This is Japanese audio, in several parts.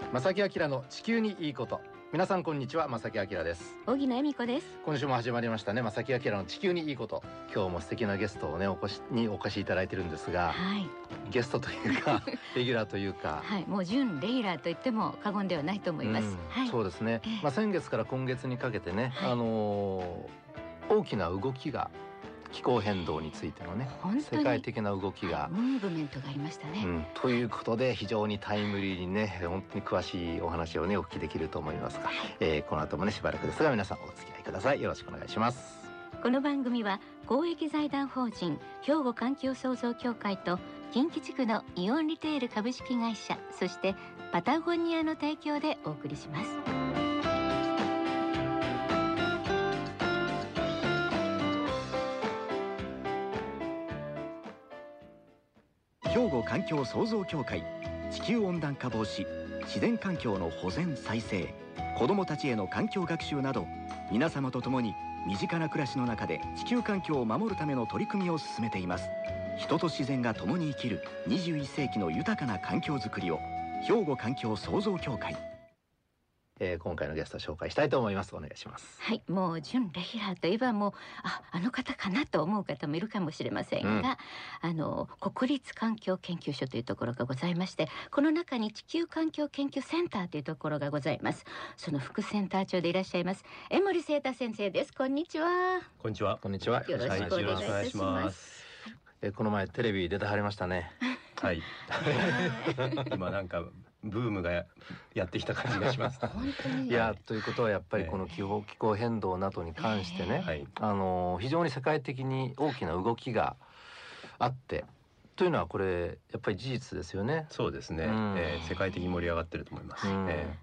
正木明の地球にいいこと。皆さんこんにちは、正木明です。 小木野恵美子です。 今週も始まりましたね、正木明の地球にいいこと。今日も素敵なゲストをねお越しいただいてるんですが、 はい、 ゲストというかレギュラーというか、 はい、もう準レギュラーと言っても過言ではないと思います。はい、 そうですね、先月から今月にかけてね、 はい、 大きな動きが気候変動についてのね世界的な動きが、 ムーブメントがありましたね、 ということで非常にタイムリーにね本当に詳しいお話をねお聞きできると思いますが、この後もねしばらくですが皆さんお付き合いください。よろしくお願いします。 この番組は公益財団法人兵庫環境創造協会と近畿地区のイオンリテール株式会社、そしてパタゴニアの提供でお送りします。 兵庫環境創造協会、地球温暖化防止、自然環境の保全再生、子どもたちへの環境学習など、皆様と共に身近な暮らしの中で地球環境を守るための取り組みを進めています。人と自然が共に生きる21世紀の豊かな環境づくりを、兵庫環境創造協会。 今回のゲストを紹介したいと思います。お願いします。 はい、もう準レギュラーといえばもうあの方かなと思う方もいるかもしれませんが、国立環境研究所というところがございまして、この中に地球環境研究センターというところがございます。その副センター長でいらっしゃいます江森清太先生です。こんにちは。 こんにちは。 こんにちは。 よろしくお願いいたします。 この前テレビ出てはりましたね。 はい今なんかブームがやってきた感じがします本当に。 いや、ということはやっぱりこの気候変動などに関してね、非常に世界的に大きな動きがあってというのはこれやっぱり事実ですよね。 そうですね、世界的に盛り上がってると思います、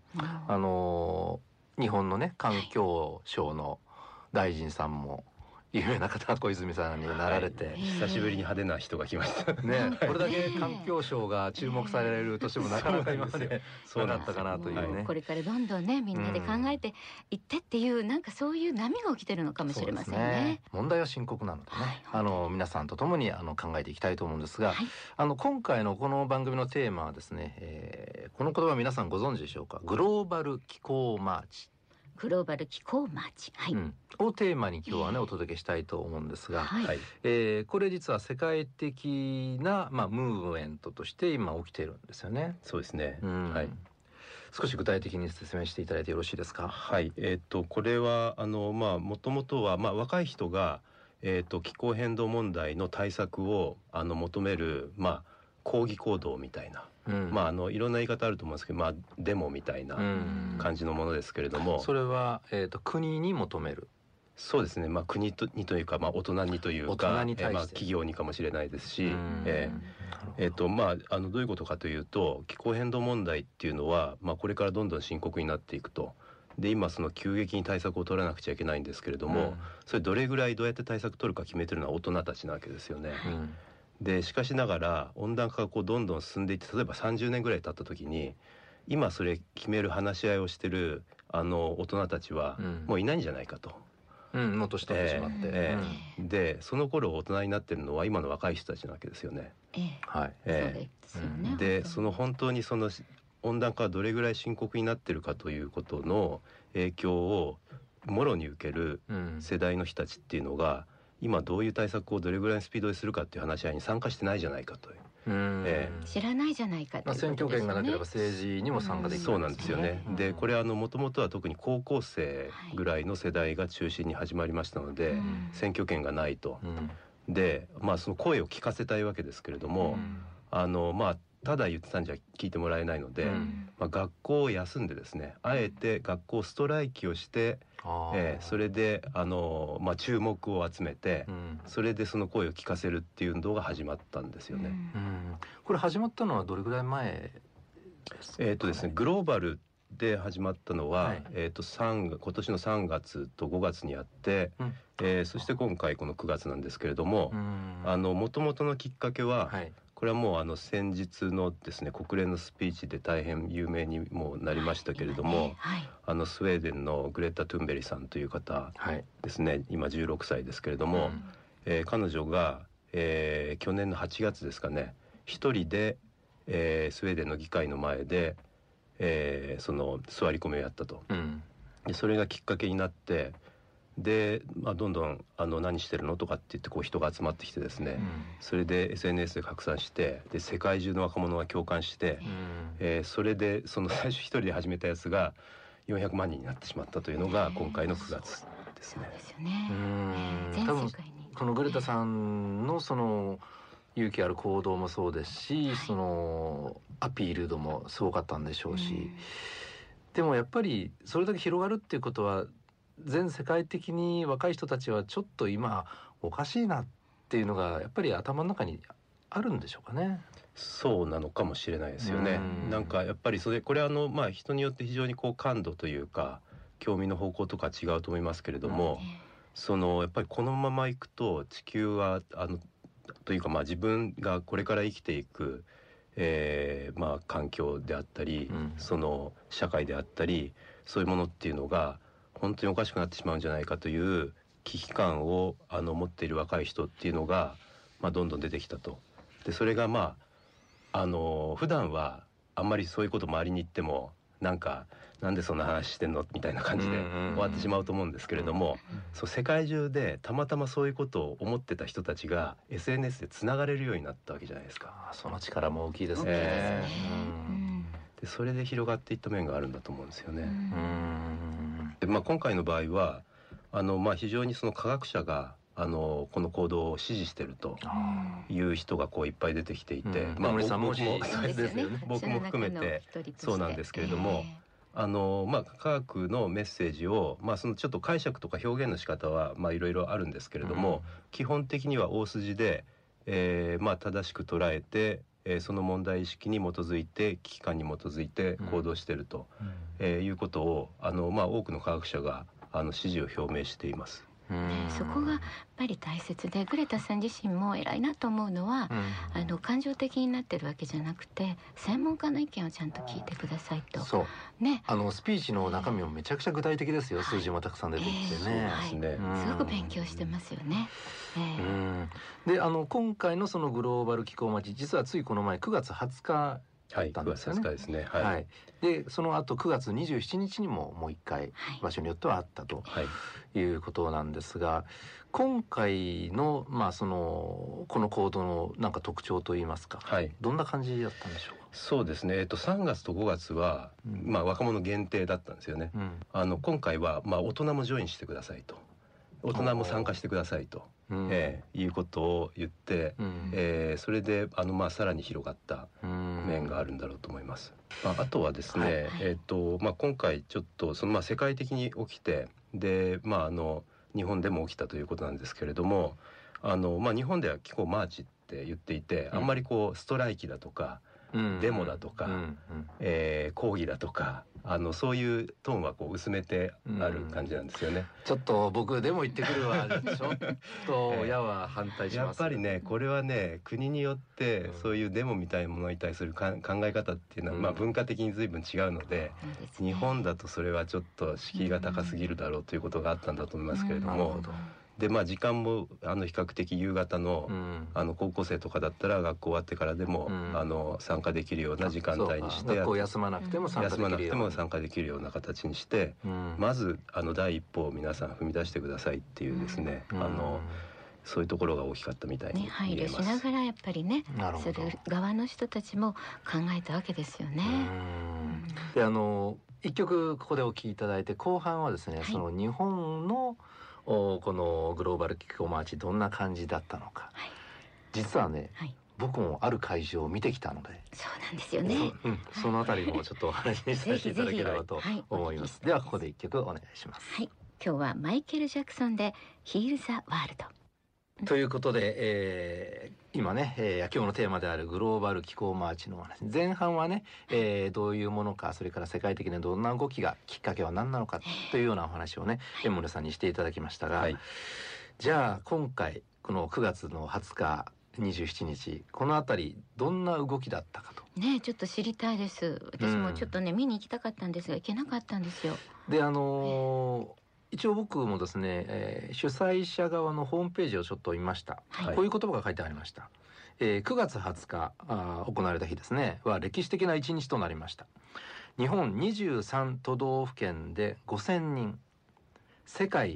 日本のね環境省の大臣さんも有名な方、小泉さんになられて、 久しぶりに派手な人が来ましたね。これだけ環境省が注目されるとしてもなかなか今までそうだったかなというね。 これからどんどんねみんなで考えていってっていう、なんかそういう波が起きてるのかもしれませんね。 問題は深刻なのでね、皆さんと共に考えていきたいと思うんですが、今回のこの番組のテーマはですね、この言葉皆さんご存知でしょうか。グローバル気候マーチ、 グローバル気候マーチ、 をテーマに今日はねお届けしたいと思うんですが、これ実は世界的な、ムーブメントとして今起きているんですよね。 そうですね、 少し具体的に説明していただいてよろしいですか。 はい、これはもともとは、若い人が、気候変動問題の対策を求める、抗議行動みたいな、いろんな言い方あると思うんですけど、デモみたいな感じのものですけれども、 それは、国に求める。 そうですね、国にというか、大人にというか、企業にかもしれないですし、どういうことかというと、気候変動問題っていうのは、これからどんどん深刻になっていくと。で今その急激に対策を取らなくちゃいけないんですけれども、それどれぐらいどうやって対策取るか決めてるのは大人たちなわけですよね。でしかしながら温暖化がどんどん進んでいって、例えば30年ぐらい経った時に今それ決める話し合いをしてる大人たちはもういないんじゃないかと、 もっとしてしまって、 でその頃大人になってるのは今の若い人たちなわけですよね。でその本当にその温暖化がどれぐらい深刻になってるかということの影響をもろに受ける世代の人たちっていうのが、今どういう対策をどれぐらいのスピードでするかっていう話し合いに参加してないじゃないかという、 知らないじゃないかということですよね。 選挙権がなければ政治にも参加できない、 そうなんですよね。でこれはもともとは特に高校生ぐらいの世代が中心に始まりましたので、選挙権がないと、でその声を聞かせたいわけですけれども、ただ言ってたんじゃ聞いてもらえないので、学校を休んでですね、あえて学校ストライキをして、それで注目を集めて、それでその声を聞かせるっていう運動が始まったんですよね。 これ始まったのはどれぐらい前ですか。 ですね、グローバルで始まったのは、今年の3月と5月にあって、そして今回この9月なんですけれども、もともとのきっかけは、これはもう先日のですね国連のスピーチで大変有名にもなりましたけれども、スウェーデンのグレタ・トゥンベリさんという方ですね、今16歳ですけれども、彼女が、去年の8月ですかね、一人で、スウェーデンの議会の前で、 その座り込みをやったと、 うん、 でそれがきっかけになって、で、どんどん何してるのとかって言ってこう人が集まってきてですね、それで SNS で拡散して、で世界中の若者が共感して、それでその最初一人で始めたやつが400万人になってしまったというのが今回の9月ですね。 そうですよね。 多分このグレタさんのその勇気ある行動もそうですし、そのアピール度もすごかったんでしょうし、でもやっぱりそれだけ広がるっていうことは、全世界的に若い人たちはちょっと今おかしいなっていうのがやっぱり頭の中にあるんでしょうかね。 そうなのかもしれないですよね。なんかやっぱりこれ人によって非常にこう感度というか興味の方向とか違うと思いますけれども、やっぱりこのままいくと地球はというか自分がこれから生きていく、環境であったり、その社会であったり、そういうものっていうのが本当におかしくなってしまうんじゃないかという危機感を持っている若い人っていうのが、どんどん出てきたと。でそれが普段はあんまりそういうこと周りに言ってもなんでそんな話してんのみたいな感じで終わってしまうと思うんですけれども、そう世界中でたまたまそういうことを思ってた人たちが SNS でつながれるようになったわけじゃないですか。 その力も大きいですね。 でそれで広がっていった面があるんだと思うんですよね。で今回の場合は非常にその科学者がこの行動を支持しているという人がこういっぱい出てきていて、僕も含めてそうなんですけれども、科学のメッセージを、そのちょっと解釈とか表現の仕方はいろいろあるんですけれども、基本的には大筋で、正しく捉えて、その問題意識に基づいて危機感に基づいて行動していると、いうことを多くの科学者が支持を表明しています。 そこがやっぱり大切で、グレタさん自身も偉いなと思うのは、感情的になってるわけじゃなくて、専門家の意見をちゃんと聞いてくださいと。 そうね、スピーチの中身もめちゃくちゃ具体的ですよ。数字もたくさん出てきてね、 すごく勉強してますよね。 で今回のそのグローバル気候マーチ、実はついこの前9月20日だったんですよね。 9月20日ですね。 でその後9月27日にももう一回場所によってはあったということなんですが、今回のこの行動の特徴といいますか、どんな感じだったんでしょうか。 そうですね、3月と5月は、若者限定だったんですよね。今回は大人もジョインしてくださいと、大人も参加してくださいと、いうことを言って、それでさらに広がった面があるんだろうと思います。あとはですね、今回ちょっと世界的に起きて、で日本でも起きたということなんですけれども、日本では気候マーチって言っていて、あんまりストライキだとか、デモだとか、抗議だとか、そういうトーンは薄めてある感じなんですよね。 ちょっと僕でも言ってくるわちょっと親は反対します。 やっぱりね、これはね、国によってそういうデモみたいなものに対する考え方っていうのは、文化的に随分違うので、日本だとそれはちょっと敷居が高すぎるだろうということがあったんだと思いますけれども、で時間も比較的夕方の、高校生とかだったら学校終わってからでも、参加できるような時間帯にして、 学校休まなくても参加できるような形にして、まず第一歩を皆さん踏み出してくださいっていうですね、そういうところが大きかったみたいに見えます。 配慮しながらやっぱりね、する側の人たちも考えたわけですよね。 で一曲ここでお聴きいただいて、後半はですね、その日本のこのグローバル気候マーチどんな感じだったのか、実はね、僕もある会場を見てきたので、 そうなんですよね。 そのあたりもちょっとお話にさせていただければと思います。ではここで一曲お願いします。 今日はマイケル・ジャクソンでヒール・ザ・ワールドということで、今ね、今日のテーマであるグローバル気候マーチの話、前半はね、どういうものか、それから世界的にどんな動きが、きっかけは何なのかというようなお話をね、江森さんにしていただきましたが、じゃあ今回この9月の20日27日このあたりどんな動きだったかとね、ちょっと知りたいです。私もちょっとね、見に行きたかったんですが行けなかったんですよ。 で一応僕もですね、主催者側のホームページをちょっと見ました、こういう言葉が書いてありました。9月20日行われた日ですねは歴史的な一日となりました。 日本23都道府県で5000人、世界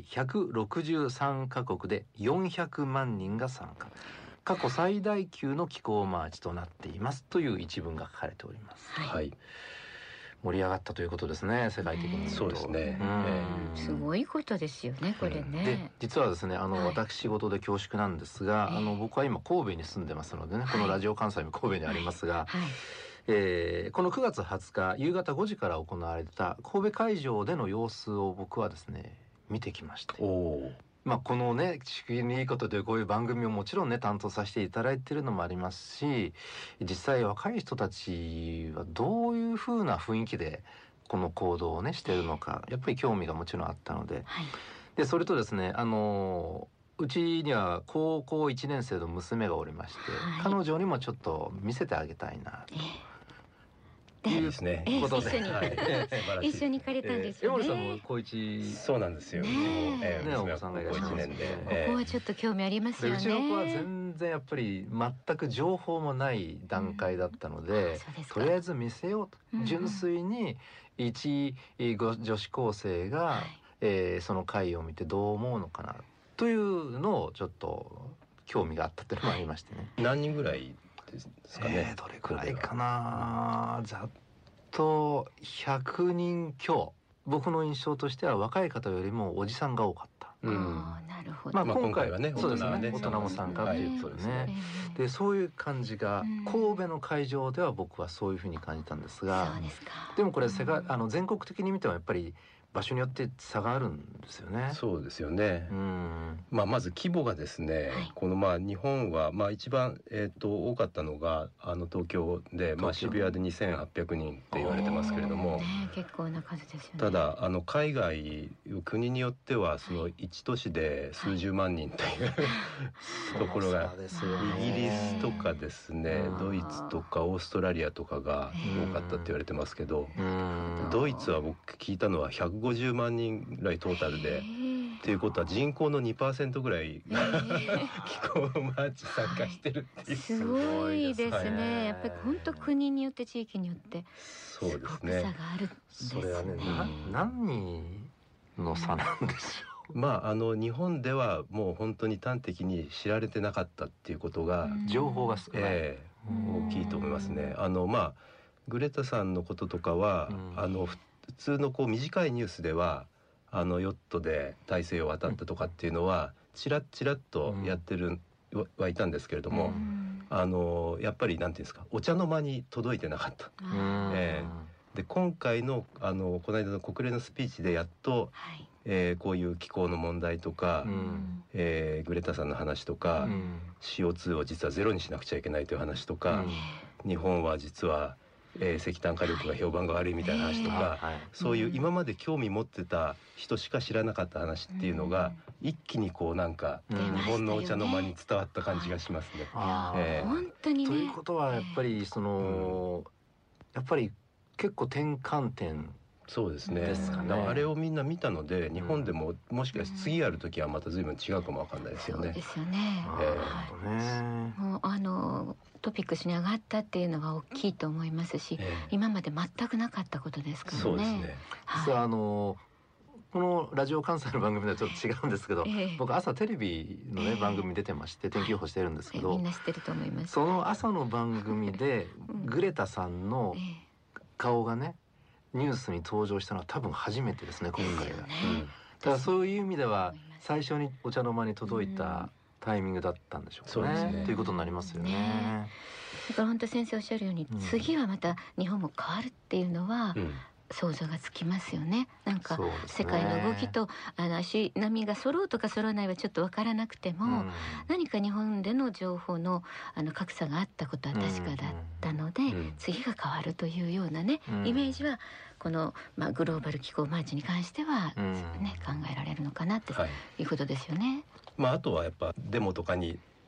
163カ国で400万人が参加、過去最大級の気候マーチとなっていますという一文が書かれております。 はい、 盛り上がったということですね、世界的に。 そうですね、 すごいことですよね、これね。 で実はですね、私事で恐縮なんですが、僕は今神戸に住んでますのでね、このラジオ関西も神戸にありますが、この9月20日夕方5時から行われた神戸会場での様子を僕はですね見てきまして、このね地球にいいことでこういう番組をもちろんね担当させていただいているのもありますし、実際若い人たちはどういう風な雰囲気でこの行動をねしているのか、やっぱり興味がもちろんあったので、でそれとですねうちには高校1年生の娘がおりまして、彼女にもちょっと見せてあげたいなと。 いいですね。 ことで一緒に行かれたんですよね。 山森さんも高一。 そうなんですよ。うちも娘さんが高1年で、 ここはちょっと興味ありますよね。 うちの子は全然やっぱり全く情報もない段階だったので、とりあえず見せようと、純粋に一女子高生が、その回を見てどう思うのかなというのをちょっと興味があったというのもありましてね。 何人ぐらいですかね。 どれくらいかな、ざっと100人強。僕の印象としては若い方よりもおじさんが多かった。 なるほど。 今回はね、 大人も参加ということですね。でそういう感じが神戸の会場では僕はそういうふうに感じたんですが、でもこれ全国的に見てもやっぱり場所によって差があるんですよね。 そうですよね。まず規模がですね、この日本は一番多かったのが東京で、渋谷で2800人って言われてますけれども、 結構な数ですよね。 ただ海外国によってはその1都市で数十万人というところが、イギリスとかですね、ドイツとかオーストラリアとかが多かったって言われてますけど、ドイツは僕聞いたのは150万人ぐらいトータルで、っていうことは人口の 2% ぐらい気候マーチ参加してるっていう。 すごいですね。やっぱり本当国によって地域によってすごく差があるんですね。 それはね、何人の差なんでしょう。日本ではもう本当に端的に知られてなかったっていうことが、 情報が少ない、 大きいと思いますね。グレタさんのこととかは、普通の短いニュースではヨットで大西洋を渡ったとかっていうのはチラッチラッとやってるはいたんですけれども、やっぱりなんていうんですか、お茶の間に届いてなかった。で今回のこの間の国連のスピーチでやっと、こういう気候の問題とか、グレタさんの話とか、CO2 を実はゼロにしなくちゃいけないという話とか、日本は実は石炭火力が評判が悪いみたいな話とか、そういう今まで興味持ってた人しか知らなかった話っていうのが、一気になんか日本のお茶の間に伝わった感じがしますね。 本当にね。 ということはやっぱりやっぱり結構転換点。 そうですね。あれをみんな見たので、日本でももしかして次やる時はまた随分違うかもわかんないですよね。 そうですよね。もうトピックスに上がったっていうのが大きいと思いますし、今まで全くなかったことですからね。 そうですね。 このラジオ関西の番組ではちょっと違うんですけど、僕朝テレビのね番組出てまして、天気予報してるんですけど、 みんな知ってると思います。 その朝の番組でグレタさんの顔がねニュースに登場したのは多分初めてですね、今回が。だからそういう意味では最初にお茶の間に届いたタイミングだったんでしょうね。ということになりますよね。 だから本当先生おっしゃるように、次はまた日本も変わるっていうのは想像がつきますよね。なんか世界の動きと足並みが揃うとか揃わないはちょっと分からなくても、何か日本での情報の格差があったことは確かだったので、次が変わるというようなね、イメージはこのグローバル気候マーチに関してはね、考えられるのかなっていうことですよね。 あとはやっぱデモとかに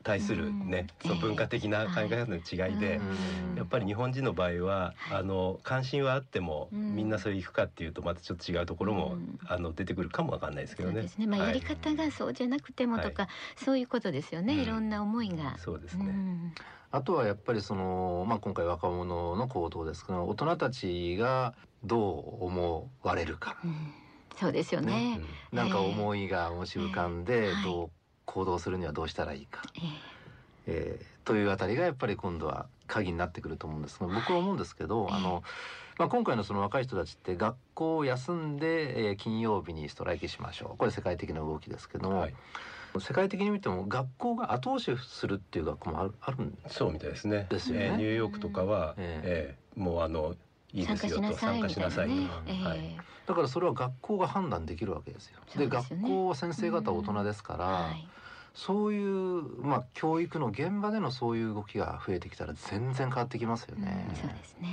対するね、その文化的な考え方の違いで、やっぱり日本人の場合は関心はあってもみんなそれ行くかっていうとまたちょっと違うところも出てくるかもわかんないですけどね。 そうですね。やり方がそうじゃなくてもとか、そういうことですよね。いろんな思いが。 そうですね。 あとはやっぱり今回若者の行動ですけど、大人たちがどう思われるか。 そうですよね。 なんか思いがもし浮かんで、どう行動するにはどうしたらいいか、というあたりがやっぱり今度は鍵になってくると思うんですが、僕は思うんですけど、今回のその若い人たちって学校を休んで、金曜日にストライキしましょう、これ世界的な動きですけども、世界的に見ても学校が後押しするっていう学校もあるんです。 そうみたいですね。 ですよね。 ニューヨークとかは、もういいですよと、参加しなさいとか、 だからそれは学校が判断できるわけですよ。で、学校は先生方大人ですから、そういう教育の現場でのそういう動きが増えてきたら全然変わってきますよね。 そうですね。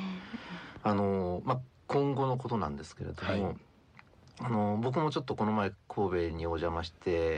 今後のことなんですけれども、僕もちょっとこの前神戸にお邪魔して、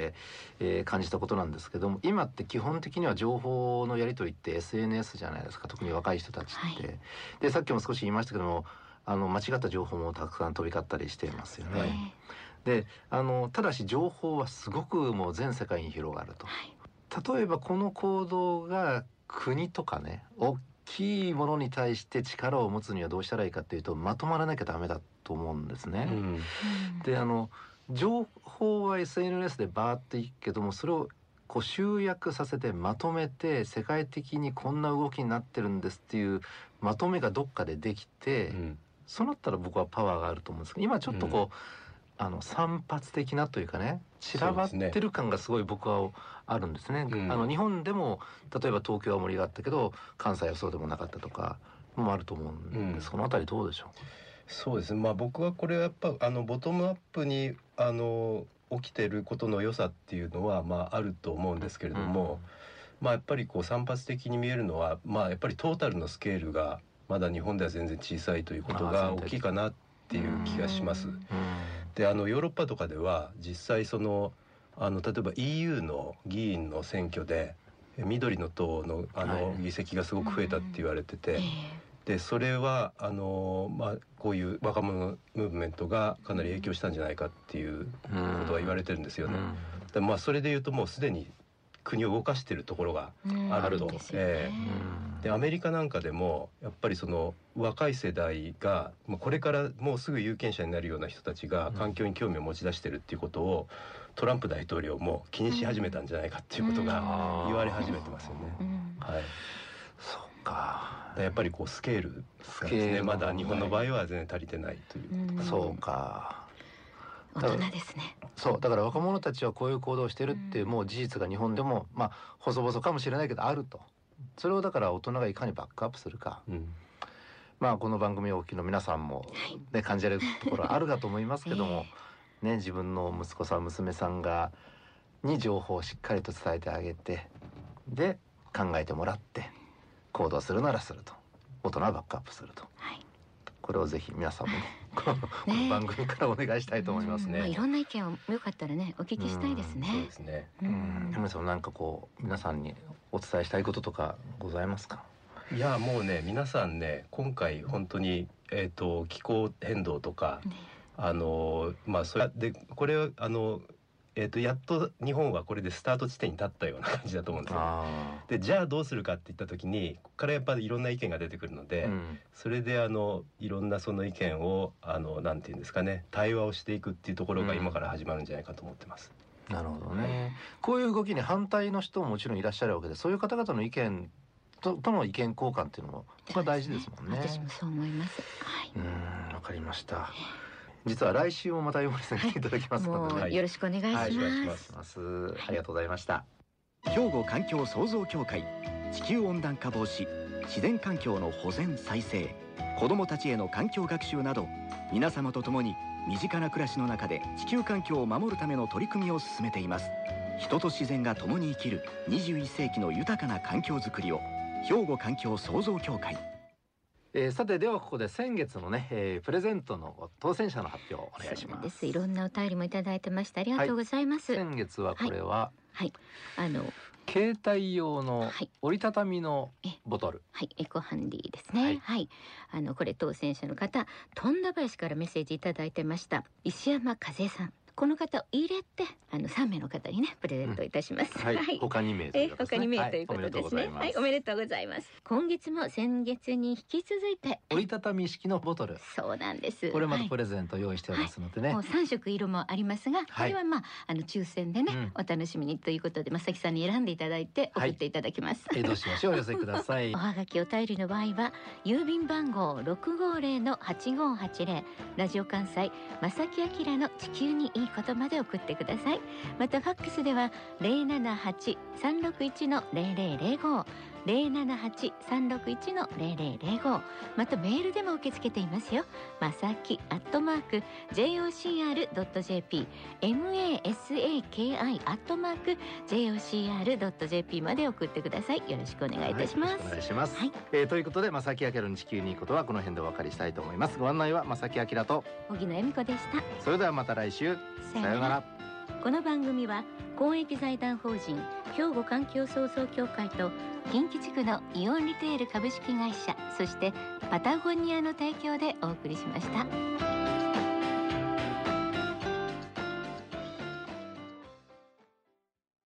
感じたことなんですけども、今って基本的には情報のやり取りって SNS じゃないですか、特に若い人たちって。で、さっきも少し言いましたけども、間違った情報もたくさん飛び交ったりしていますよね。で、ただし情報はすごくもう全世界に広がると。例えばこの行動が国とかね、大きいものに対して力を持つにはどうしたらいいかっていうと、まとまらなきゃダメだと思うんですね。で、情報は SNS でバーっていくけども、それをこう集約させてまとめて、世界的にこんな動きになってるんですっていうまとめがどっかでできて、そうなったら僕はパワーがあると思うんですけど、今ちょっとこう、散発的なというかね、散らばってる感がすごい僕はあるんですね。日本でも例えば東京は盛りがあったけど関西はそうでもなかったとかもあると思うんです。そのあたりどうでしょう。 そうですね。僕はこれはやっぱボトムアップに起きてることの良さっていうのはあると思うんですけれども、やっぱりこう散発的に見えるのは、やっぱりトータルのスケールがまだ日本では全然小さいということが大きいかなっていう気がします。で、ヨーロッパとかでは実際例えば EU の議員の選挙で緑の党の議席がすごく増えたって言われてて、でそれはこういう若者ムーブメントがかなり影響したんじゃないかっていうことが言われてるんですよね。で、それで言うともうすでに国を動かしているところがあると。で、アメリカなんかでもやっぱりその若い世代がこれからもうすぐ有権者になるような人たちが環境に興味を持ち出してるっていうことをトランプ大統領も気にし始めたんじゃないかっていうことが言われ始めてますよね。 そうか。 やっぱりこうスケールですね。まだ日本の場合は全然足りてないという。 そうか。 大人ですね。 そうだから若者たちはこういう行動をしてるっていうもう事実が日本でも細々かもしれないけどあると。それをだから大人がいかにバックアップするか。この番組をお聞きの皆さんもね、感じられるところはあるかと思いますけども、ね、自分の息子さん娘さんに情報をしっかりと伝えてあげて、で考えてもらって行動するならすると、大人はバックアップすると。これをぜひ皆さんもねこの番組からお願いしたいと思いますね。 いろんな意見をよかったらねお聞きしたいですね。 そうですね。 山さんなんかこう皆さんにお伝えしたいこととかございますか。 いやもうね、皆さんね、今回本当に気候変動とか、それでこれはやっと日本はこれでスタート地点に立ったような感じだと思うんですよ。で、じゃあどうするかって言った時に、ここからやっぱりいろんな意見が出てくるので、それでいろんなその意見をなんていうんですかね、対話をしていくっていうところが今から始まるんじゃないかと思ってます。 なるほどね。こういう動きに反対の人ももちろんいらっしゃるわけで、そういう方々の意見との意見交換っていうのも大事ですもんね。 私もそう思います。 わかりました。実は来週もまた山根さんに来ていただきますので、 よろしくお願いします。 ありがとうございました。 兵庫環境創造協会、地球温暖化防止、自然環境の保全再生、子どもたちへの環境学習など、皆様と共に身近な暮らしの中で地球環境を守るための取り組みを進めています。人と自然が共に生きる21世紀の豊かな環境づくりを、兵庫環境創造協会。 さて、ではここで先月のね、プレゼントの当選者の発表をお願いします。 いろんなお便りもいただいてました。ありがとうございます。 先月はこれは、 携帯用の折りたたみのボトル、 はい、エコハンディですね。はい、これ当選者の方、富田林からメッセージいただいてました。石山和恵さん、この方を入れて3名の方にねプレゼントいたします。 はい、他2名ということですね。 他2名ということですね。はい、おめでとうございます。今月も先月に引き続いて折りたたみ式のボトル。 そうなんです。 これまたプレゼント用意しておりますのでね。 もう3色色もありますが、これは抽選でね、お楽しみにということで正木さんに選んでいただいて送っていただきます。 どうしましょう、お寄せください。 おはがきお便りの場合は郵便番号650-8580、ラジオ関西正木明の地球にいいことまで送ってください。またファックスでは078-361-0005、078-361-0005、またメールでも受け付けていますよ。まさき@jocr.jp、 masaki@jocr.jp まで送ってください。よろしくお願いいたします。 お願いします。ということで正木明の地球にいいことはこの辺でお別れしたいと思います。ご案内は正木明と荻野恵美子でした。 それではまた来週、さようなら。 この番組は公益財団法人兵庫環境創造協会と近畿地区のイオンリテール株式会社、そしてパタゴニアの提供でお送りしました。